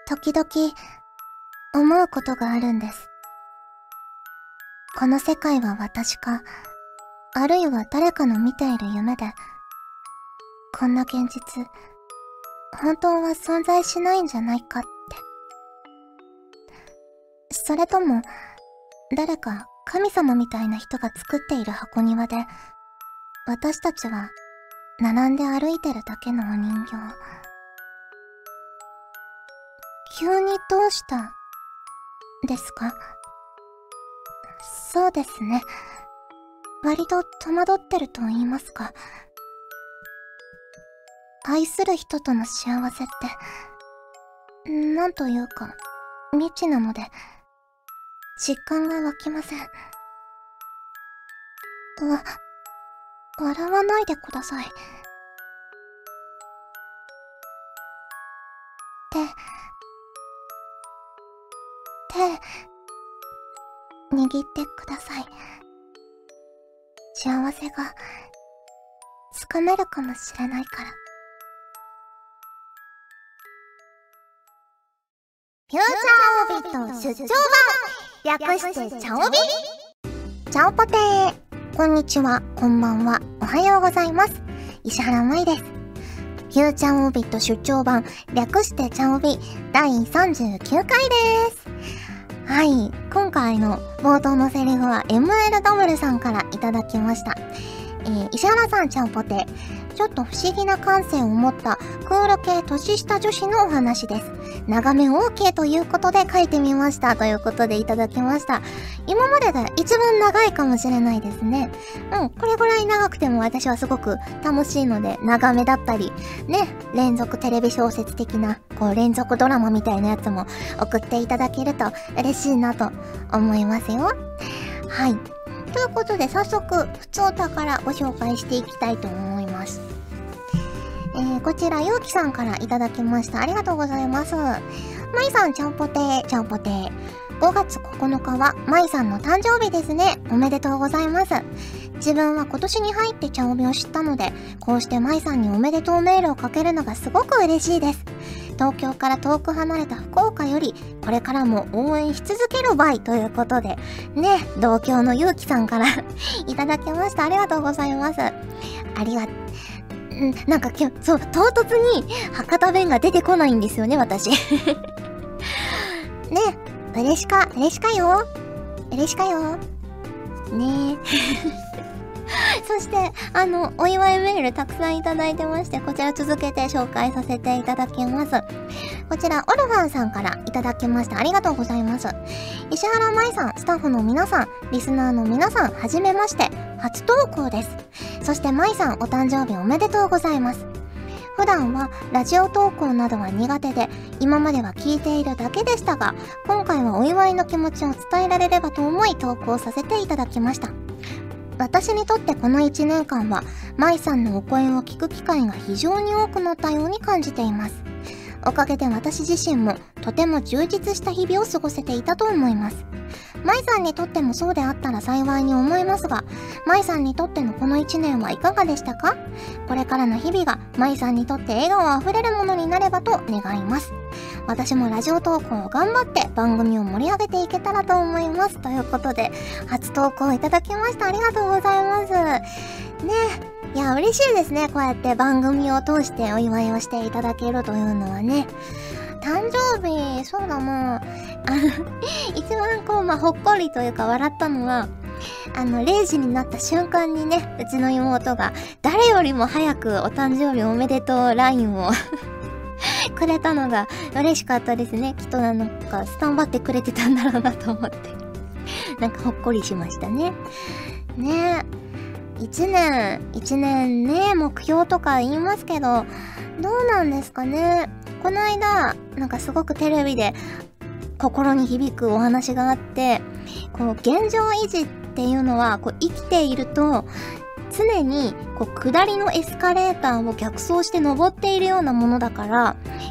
時々思うことがあるんです。この世界は私か、あるいは誰かの見ている夢で、こんな現実、本当は存在しないんじゃないかって。それとも、誰か神様みたいな人が作っている箱庭で、私たちは並んで歩いてるだけのお人形。急にどうしたですか？そうですね。割と戸惑ってると言いますか。愛する人との幸せって、なんというか、未知なので、実感が湧きません。笑わないでください。手、握ってください。幸せが、つかめるかもしれないから。フューチャーオービット出張版、略してチャオビ。チャオポテー。こんにちは、こんばんは、おはようございます。石原舞です。フューチャーオービット出張版、略してチャオビ第39回です。はい、今回の冒頭のセリフは ML さんからいただきました。石原さん、チャオポテ。ちょっと不思議な感性を持ったクール系年下女子のお話です。長め OK ということで書いてみました。ということでいただきました。今までで一番長いかもしれないですね。これぐらい長くても私はすごく楽しいので、長めだったり、ね、連続テレビ小説的な、連続ドラマみたいなやつも送っていただけると嬉しいなと思いますよ。はい。ということで早速、ふつおたからご紹介していきたいと思います。こちら、ゆうきさんからいただきました。ありがとうございます。まいさん、ちゃんぽてー、ちゃんぽてー。5月9日は、まいさんの誕生日ですね。おめでとうございます。自分は今年に入ってちゃおびを知ったので、こうしてまいさんにおめでとうメールをかけるのがすごく嬉しいです。東京から遠く離れた福岡より、これからも応援し続けるばいということで、ね、同郷のゆうきさんからいただきました。ありがとうございます。なんか今日、そう、唐突に博多弁が出てこないんですよね、私。ね、嬉しかよ。ねそして、お祝いメールたくさんいただいてまして、こちら続けて紹介させていただきます。こちら、オルファンさんからいただきました。ありがとうございます。石原舞さん、スタッフの皆さん、リスナーの皆さん、はじめまして、初投稿です。そして舞さん、お誕生日おめでとうございます。普段はラジオ投稿などは苦手で、今までは聞いているだけでしたが、今回はお祝いの気持ちを伝えられればと思い投稿させていただきました。私にとってこの1年間は、舞さんのお声を聞く機会が非常に多くなったように感じています。おかげで私自身もとても充実した日々を過ごせていたと思います。舞さんにとってもそうであったら幸いに思いますが、舞さんにとってのこの1年はいかがでしたか？これからの日々が舞さんにとって笑顔あふれるものになればと願います。私もラジオ投稿を頑張って番組を盛り上げていけたらと思います。ということで、初投稿いただきました。ありがとうございます。ね、いや、嬉しいですね。こうやって番組を通してお祝いをしていただけるというのはね。誕生日、そうだな一番ほっこりというか笑ったのは、0時になった瞬間にね、うちの妹が誰よりも早くお誕生日おめでとう LINE をくれたのが嬉しかったですね。きっとスタンバってくれてたんだろうなと思って。なんかほっこりしましたね。ねえ。1年ね、目標とか言いますけど、どうなんですかね。この間、なんかすごくテレビで心に響くお話があって、現状維持っていうのは、生きていると、常に下りのエスカレーターを逆走して登っているようなものだから、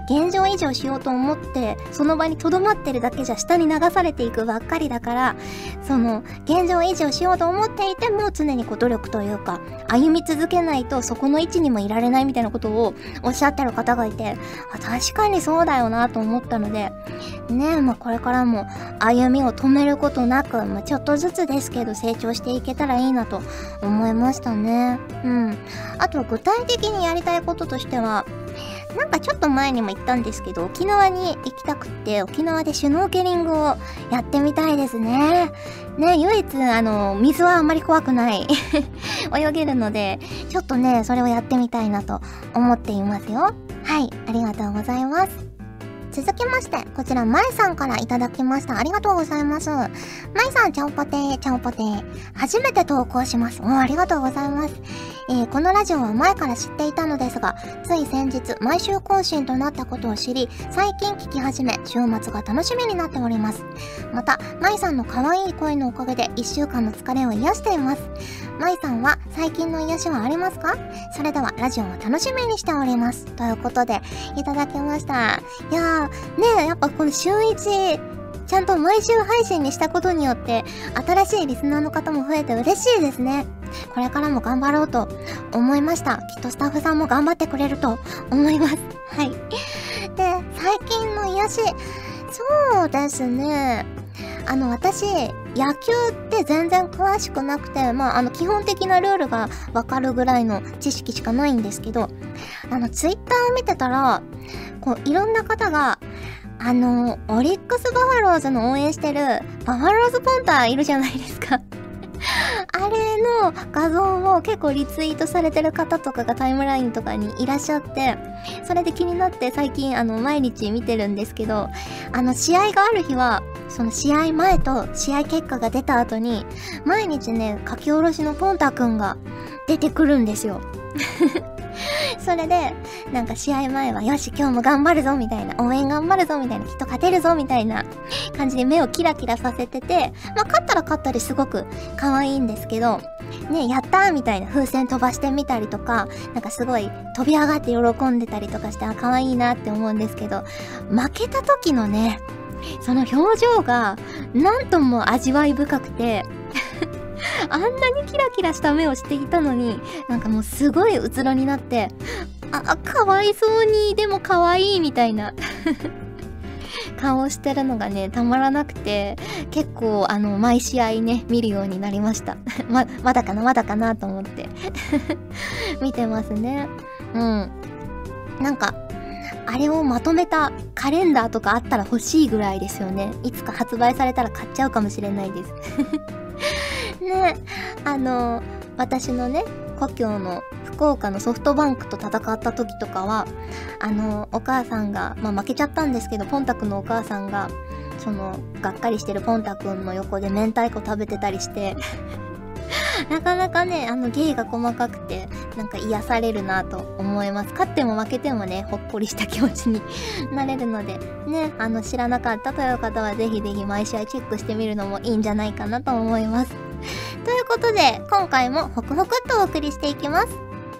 現状維持をしようと思ってその場に留まってるだけじゃ下に流されていくばっかりだから、その現状維持をしようと思っていても常にこう努力というか歩み続けないとそこの位置にもいられないみたいなことをおっしゃってる方がいて、確かにそうだよなと思ったのでね、これからも歩みを止めることなく、ちょっとずつですけど成長していけたらいいなと思いましたね。あと具体的にやりたいこととしては、なんかちょっと前にも言ったんですけど、沖縄に行きたくって沖縄でシュノーケリングをやってみたいですね。唯一水はあんまり怖くない泳げるので、ちょっとねそれをやってみたいなと思っていますよ。はい、ありがとうございます。続きまして、こちら、まいさんからいただきました。ありがとうございます。まいさん、ちゃんぽてー、ちゃんぽてー。初めて投稿します。ありがとうございます。このラジオは前から知っていたのですが、つい先日、毎週更新となったことを知り、最近聞き始め、週末が楽しみになっております。また、まいさんの可愛い声のおかげで、1週間の疲れを癒しています。まいさんは最近の癒しはありますか？それではラジオを楽しみにしております。ということで、いただきました。いやー、ねえ、やっぱこの週1、ちゃんと毎週配信にしたことによって、新しいリスナーの方も増えて嬉しいですね。これからも頑張ろうと思いました。きっとスタッフさんも頑張ってくれると思います。はい。で、最近の癒し、そうですね。私、野球って全然詳しくなくて、基本的なルールがわかるぐらいの知識しかないんですけど、ツイッターを見てたら、いろんな方が、オリックスバファローズの応援してるバファローズポンターいるじゃないですか。あれの画像を結構リツイートされてる方とかがタイムラインとかにいらっしゃって、それで気になって最近毎日見てるんですけど、試合がある日は、その試合前と試合結果が出た後に、毎日ね、書き下ろしのポンタくんが出てくるんですよ。それで、なんか試合前は、よし、今日も頑張るぞ、みたいな、応援頑張るぞ、みたいな、きっと勝てるぞ、みたいな感じで目をキラキラさせてて、勝ったら勝ったりすごく可愛いんですけど、ね、やったーみたいな風船飛ばしてみたりとか、なんかすごい飛び上がって喜んでたりとかして、可愛いなって思うんですけど、負けた時のね、その表情が、なんとも味わい深くて、あんなにキラキラした目をしていたのに、なんかもうすごいうつろになって、かわいそうに、でもかわいいみたいな顔をしてるのがね、たまらなくて、結構毎試合ね、見るようになりました。まだかなと思って見てますね。なんか、あれをまとめたカレンダーとかあったら欲しいぐらいですよね。いつか発売されたら買っちゃうかもしれないですね、私のね、故郷の福岡のソフトバンクと戦った時とかは、お母さんが、負けちゃったんですけど、ポンタくんのお母さんが、がっかりしてるポンタくんの横で明太子食べてたりして、なかなかね、芸が細かくて、なんか癒されるなと思います。勝っても負けてもね、ほっこりした気持ちになれるので、ね、知らなかったという方はぜひぜひ毎試合チェックしてみるのもいいんじゃないかなと思います。ということで、今回もホクホクっとお送りしていきます。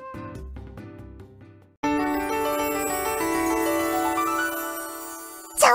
チャオ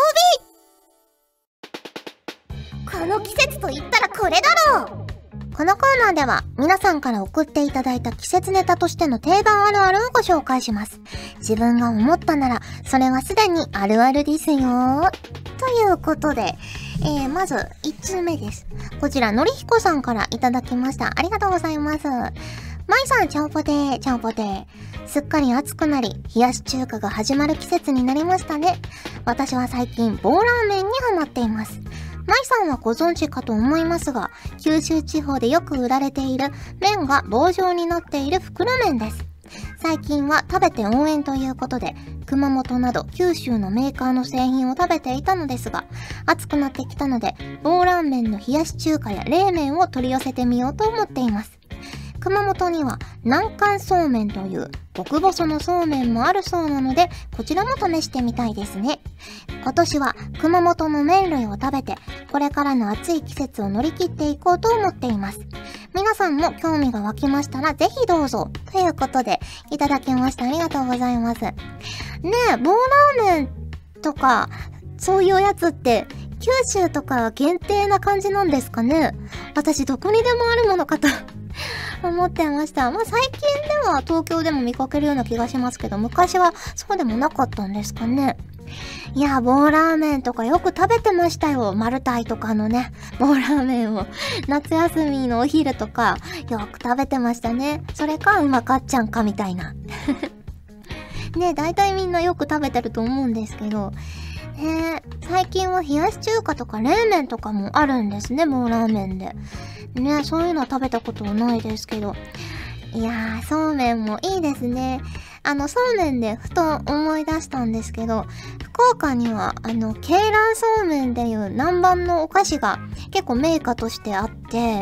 ビ！この季節と言ったらこれだろう！このコーナーでは皆さんから送っていただいた季節ネタとしての定番あるあるをご紹介します。自分が思ったならそれはすでにあるあるですよ。ということで、まず1通目です。こちらのりひこさんからいただきました。ありがとうございます。まいさん、ちゃんぽてー、ちゃんぽてー。すっかり暑くなり、冷やし中華が始まる季節になりましたね。私は最近棒ラーメンにハマっています。まいさんはご存知かと思いますが、九州地方でよく売られている麺が棒状になっている袋麺です。最近は食べて応援ということで、熊本など九州のメーカーの製品を食べていたのですが、暑くなってきたので、棒ラーメンの冷やし中華や冷麺を取り寄せてみようと思っています。熊本には南関そうめんという極細のそうめんもあるそうなので、こちらも試してみたいですね。今年は熊本の麺類を食べて、これからの暑い季節を乗り切っていこうと思っています。皆さんも興味が湧きましたらぜひどうぞ。ということで、いただきました。ありがとうございます。 ねえ、棒ラーメンとか、そういうやつって、九州とか限定な感じなんですかね。私どこにでもあるものかと思ってました。まあ最近では東京でも見かけるような気がしますけど、昔はそうでもなかったんですかね。いや、棒ラーメンとかよく食べてましたよ。マルタイとかのね、棒ラーメンを。夏休みのお昼とか、よく食べてましたね。それか、うまかっちゃんかみたいな。ね、大体みんなよく食べてると思うんですけど、最近は冷やし中華とか冷麺とかもあるんですね、棒ラーメンで。ね、そういうのは食べたことはないですけど。いやー、そうめんもいいですね。そうめんでふと思い出したんですけど、福岡には、鶏卵そうめんっていう南蛮のお菓子が結構銘菓としてあって、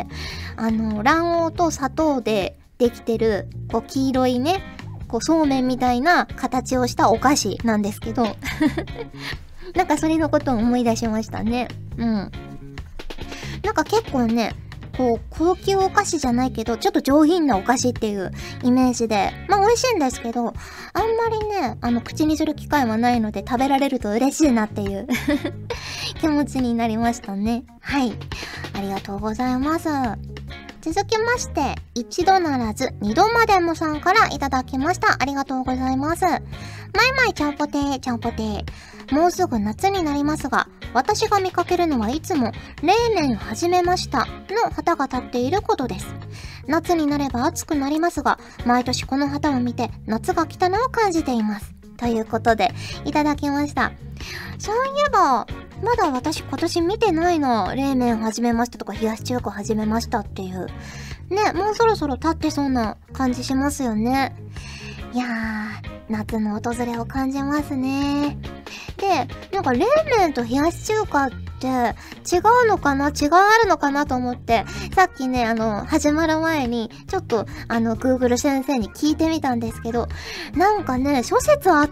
卵黄と砂糖でできてる、こう黄色いね、こうそうめんみたいな形をしたお菓子なんですけど、なんかそれのことを思い出しましたね。うん。なんか結構ね、こう、高級お菓子じゃないけど、ちょっと上品なお菓子っていうイメージで、まあ美味しいんですけど、あんまりね、口にする機会はないので食べられると嬉しいなっていう気持ちになりましたね。はい。ありがとうございます。続きまして、一度ならず二度までもさんからいただきました。ありがとうございます。まいまいちゃんぽてーちゃんぽてー。もうすぐ夏になりますが、私が見かけるのはいつも、冷麺始めましたの旗が立っていることです。夏になれば暑くなりますが、毎年この旗を見て夏が来たのを感じています。ということで、いただきました。そういえば、まだ私今年見てないの。冷麺始めましたとか冷やし中華始めましたっていう。ね、もうそろそろ経ってそうな感じしますよね。いやー、夏の訪れを感じますね。で、なんか冷麺と冷やし中華って違うのかな、違いあるのかなと思って、さっきね、始まる前に、ちょっと、Google 先生に聞いてみたんですけど、なんかね、諸説あって、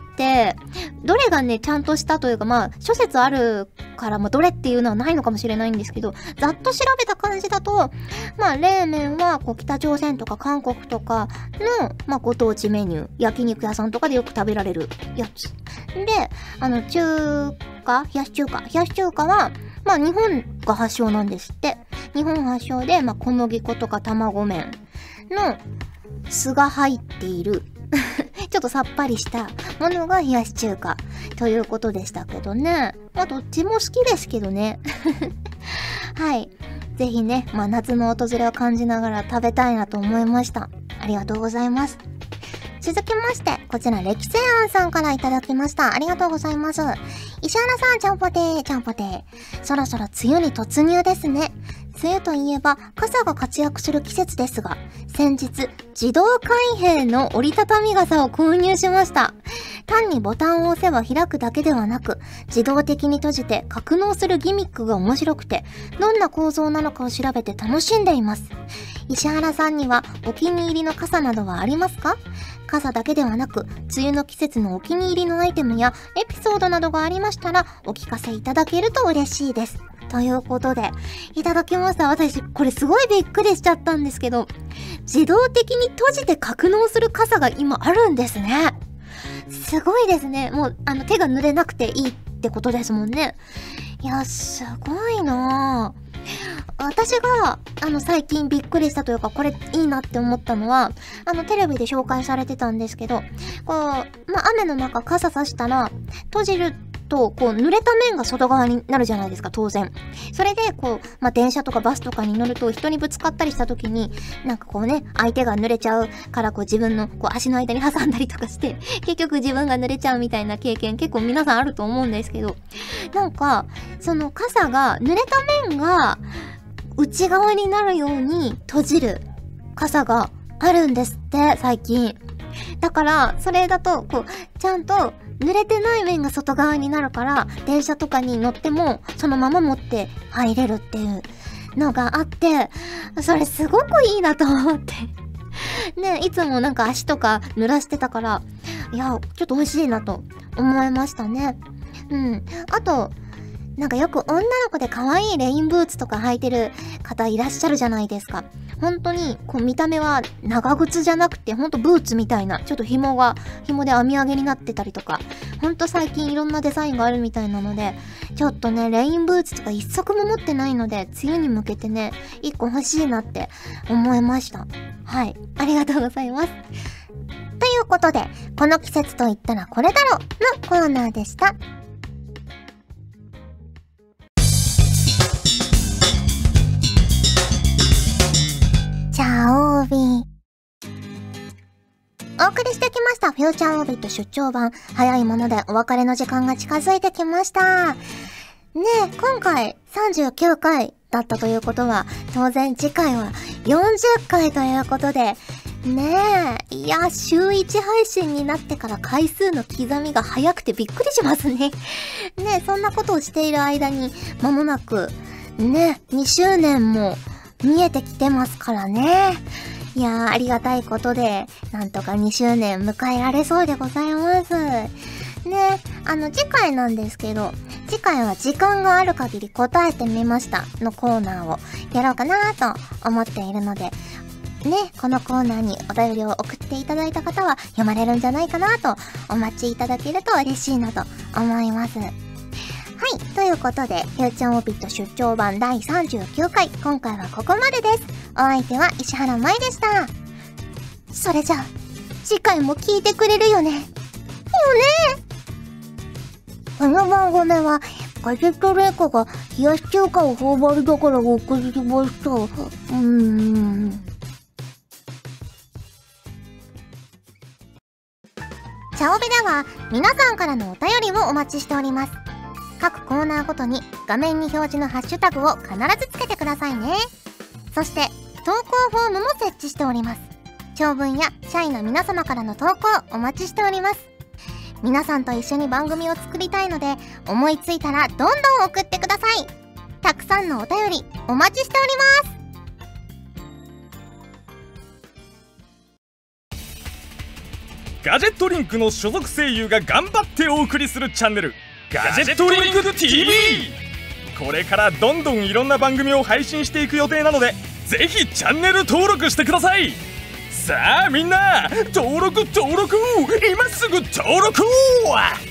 どれがね、ちゃんとしたというか、まあ、諸説あるから、まあ、どれっていうのはないのかもしれないんですけど、ざっと調べた感じだと、まあ、冷麺は、こう、北朝鮮とか韓国とかの、まあ、ご当地メニュー、焼肉屋さんとかでよく食べられるやつ。で、中華冷やし中華は、まあ日本が発祥なんですって。日本発祥で、まあ小麦粉とか卵麺の酢が入っているちょっとさっぱりしたものが冷やし中華ということでしたけどね。まあどっちも好きですけどね。はい。ぜひね、まあ夏の訪れを感じながら食べたいなと思いました。ありがとうございます。続きまして、こちら、歴世庵さんからいただきました。ありがとうございます。石原さん、ちゃんぽてー、ちゃんぽてー。そろそろ梅雨に突入ですね。梅雨といえば、傘が活躍する季節ですが、先日、自動開閉の折りたたみ傘を購入しました。単にボタンを押せば開くだけではなく、自動的に閉じて格納するギミックが面白くて、どんな構造なのかを調べて楽しんでいます。石原さんにはお気に入りの傘などはありますか？傘だけではなく、梅雨の季節のお気に入りのアイテムやエピソードなどがありましたら、お聞かせいただけると嬉しいです。ということで、いただきました。私、これすごいびっくりしちゃったんですけど、自動的に閉じて格納する傘が今あるんですね。すごいですね。もう、手が濡れなくていいってことですもんね。いや、すごいなぁ。私が、最近びっくりしたというか、これいいなって思ったのは、テレビで紹介されてたんですけど、こう、まあ、雨の中傘さしたら、閉じると、こう、濡れた面が外側になるじゃないですか、当然。それで、こう、まあ、電車とかバスとかに乗ると、人にぶつかったりした時に、なんかこうね、相手が濡れちゃうから、こう、自分の、こう、足の間に挟んだりとかして、結局自分が濡れちゃうみたいな経験、結構皆さんあると思うんですけど、なんか、その傘が、濡れた面が、内側になるように閉じる傘があるんですって、最近。だから、それだと、こう、ちゃんと濡れてない面が外側になるから、電車とかに乗っても、そのまま持って入れるっていうのがあって、それすごくいいなと思って。ね、いつもなんか足とか濡らしてたから、いや、ちょっと欲しいなと思いましたね。うん。あと、 なんかよく女の子で可愛いレインブーツとか履いてる方いらっしゃるじゃないですか。本当にこう見た目は長靴じゃなくて、ほんとブーツみたいな、ちょっと紐で編み上げになってたりとか、ほんと最近いろんなデザインがあるみたいなので、ちょっとねレインブーツとか一足も持ってないので、梅雨に向けてね一個欲しいなって思いました。はい、ありがとうございます。ということで、この季節と言ったらこれだろのコーナーでした。チャオービー。お送りしてきましたフューチャーオービット出張版。早いものでお別れの時間が近づいてきました。ねえ、今回39回だったということは、当然次回は40回ということで、ねえ、いや、週1配信になってから回数の刻みが早くてびっくりしますね。ねえ、そんなことをしている間に、間もなく、ね、2周年も見えてきてますからね。いやー、ありがたいことで、なんとか2周年迎えられそうでございます。ね、次回なんですけど、次回は時間がある限り答えてみましたのコーナーをやろうかなと思っているので、ね、このコーナーにお便りを送っていただいた方は読まれるんじゃないかなとお待ちいただけると嬉しいなと思います。はい、ということで、フューチャーオービット出張版第39回、今回はここまでです。お相手は石原舞でした。それじゃあ、次回も聞いてくれるよね。よね。この番組は、ガジェットレイコが冷やし中華を頬張りだからお送りしました。チャオベでは皆さんからのお便りをお待ちしております。各コーナーごとに画面に表示のハッシュタグを必ずつけてくださいね。そして投稿フォームも設置しております。長文や社員の皆様からの投稿お待ちしております。皆さんと一緒に番組を作りたいので、思いついたらどんどん送ってください。たくさんのお便りお待ちしております。 ガジェットリンクの所属声優が頑張ってお送りするチャンネル、ガジェットリンク TV。 これからどんどんいろんな番組を配信していく予定なので、ぜひチャンネル登録してください。さあみんな、登録今すぐ登録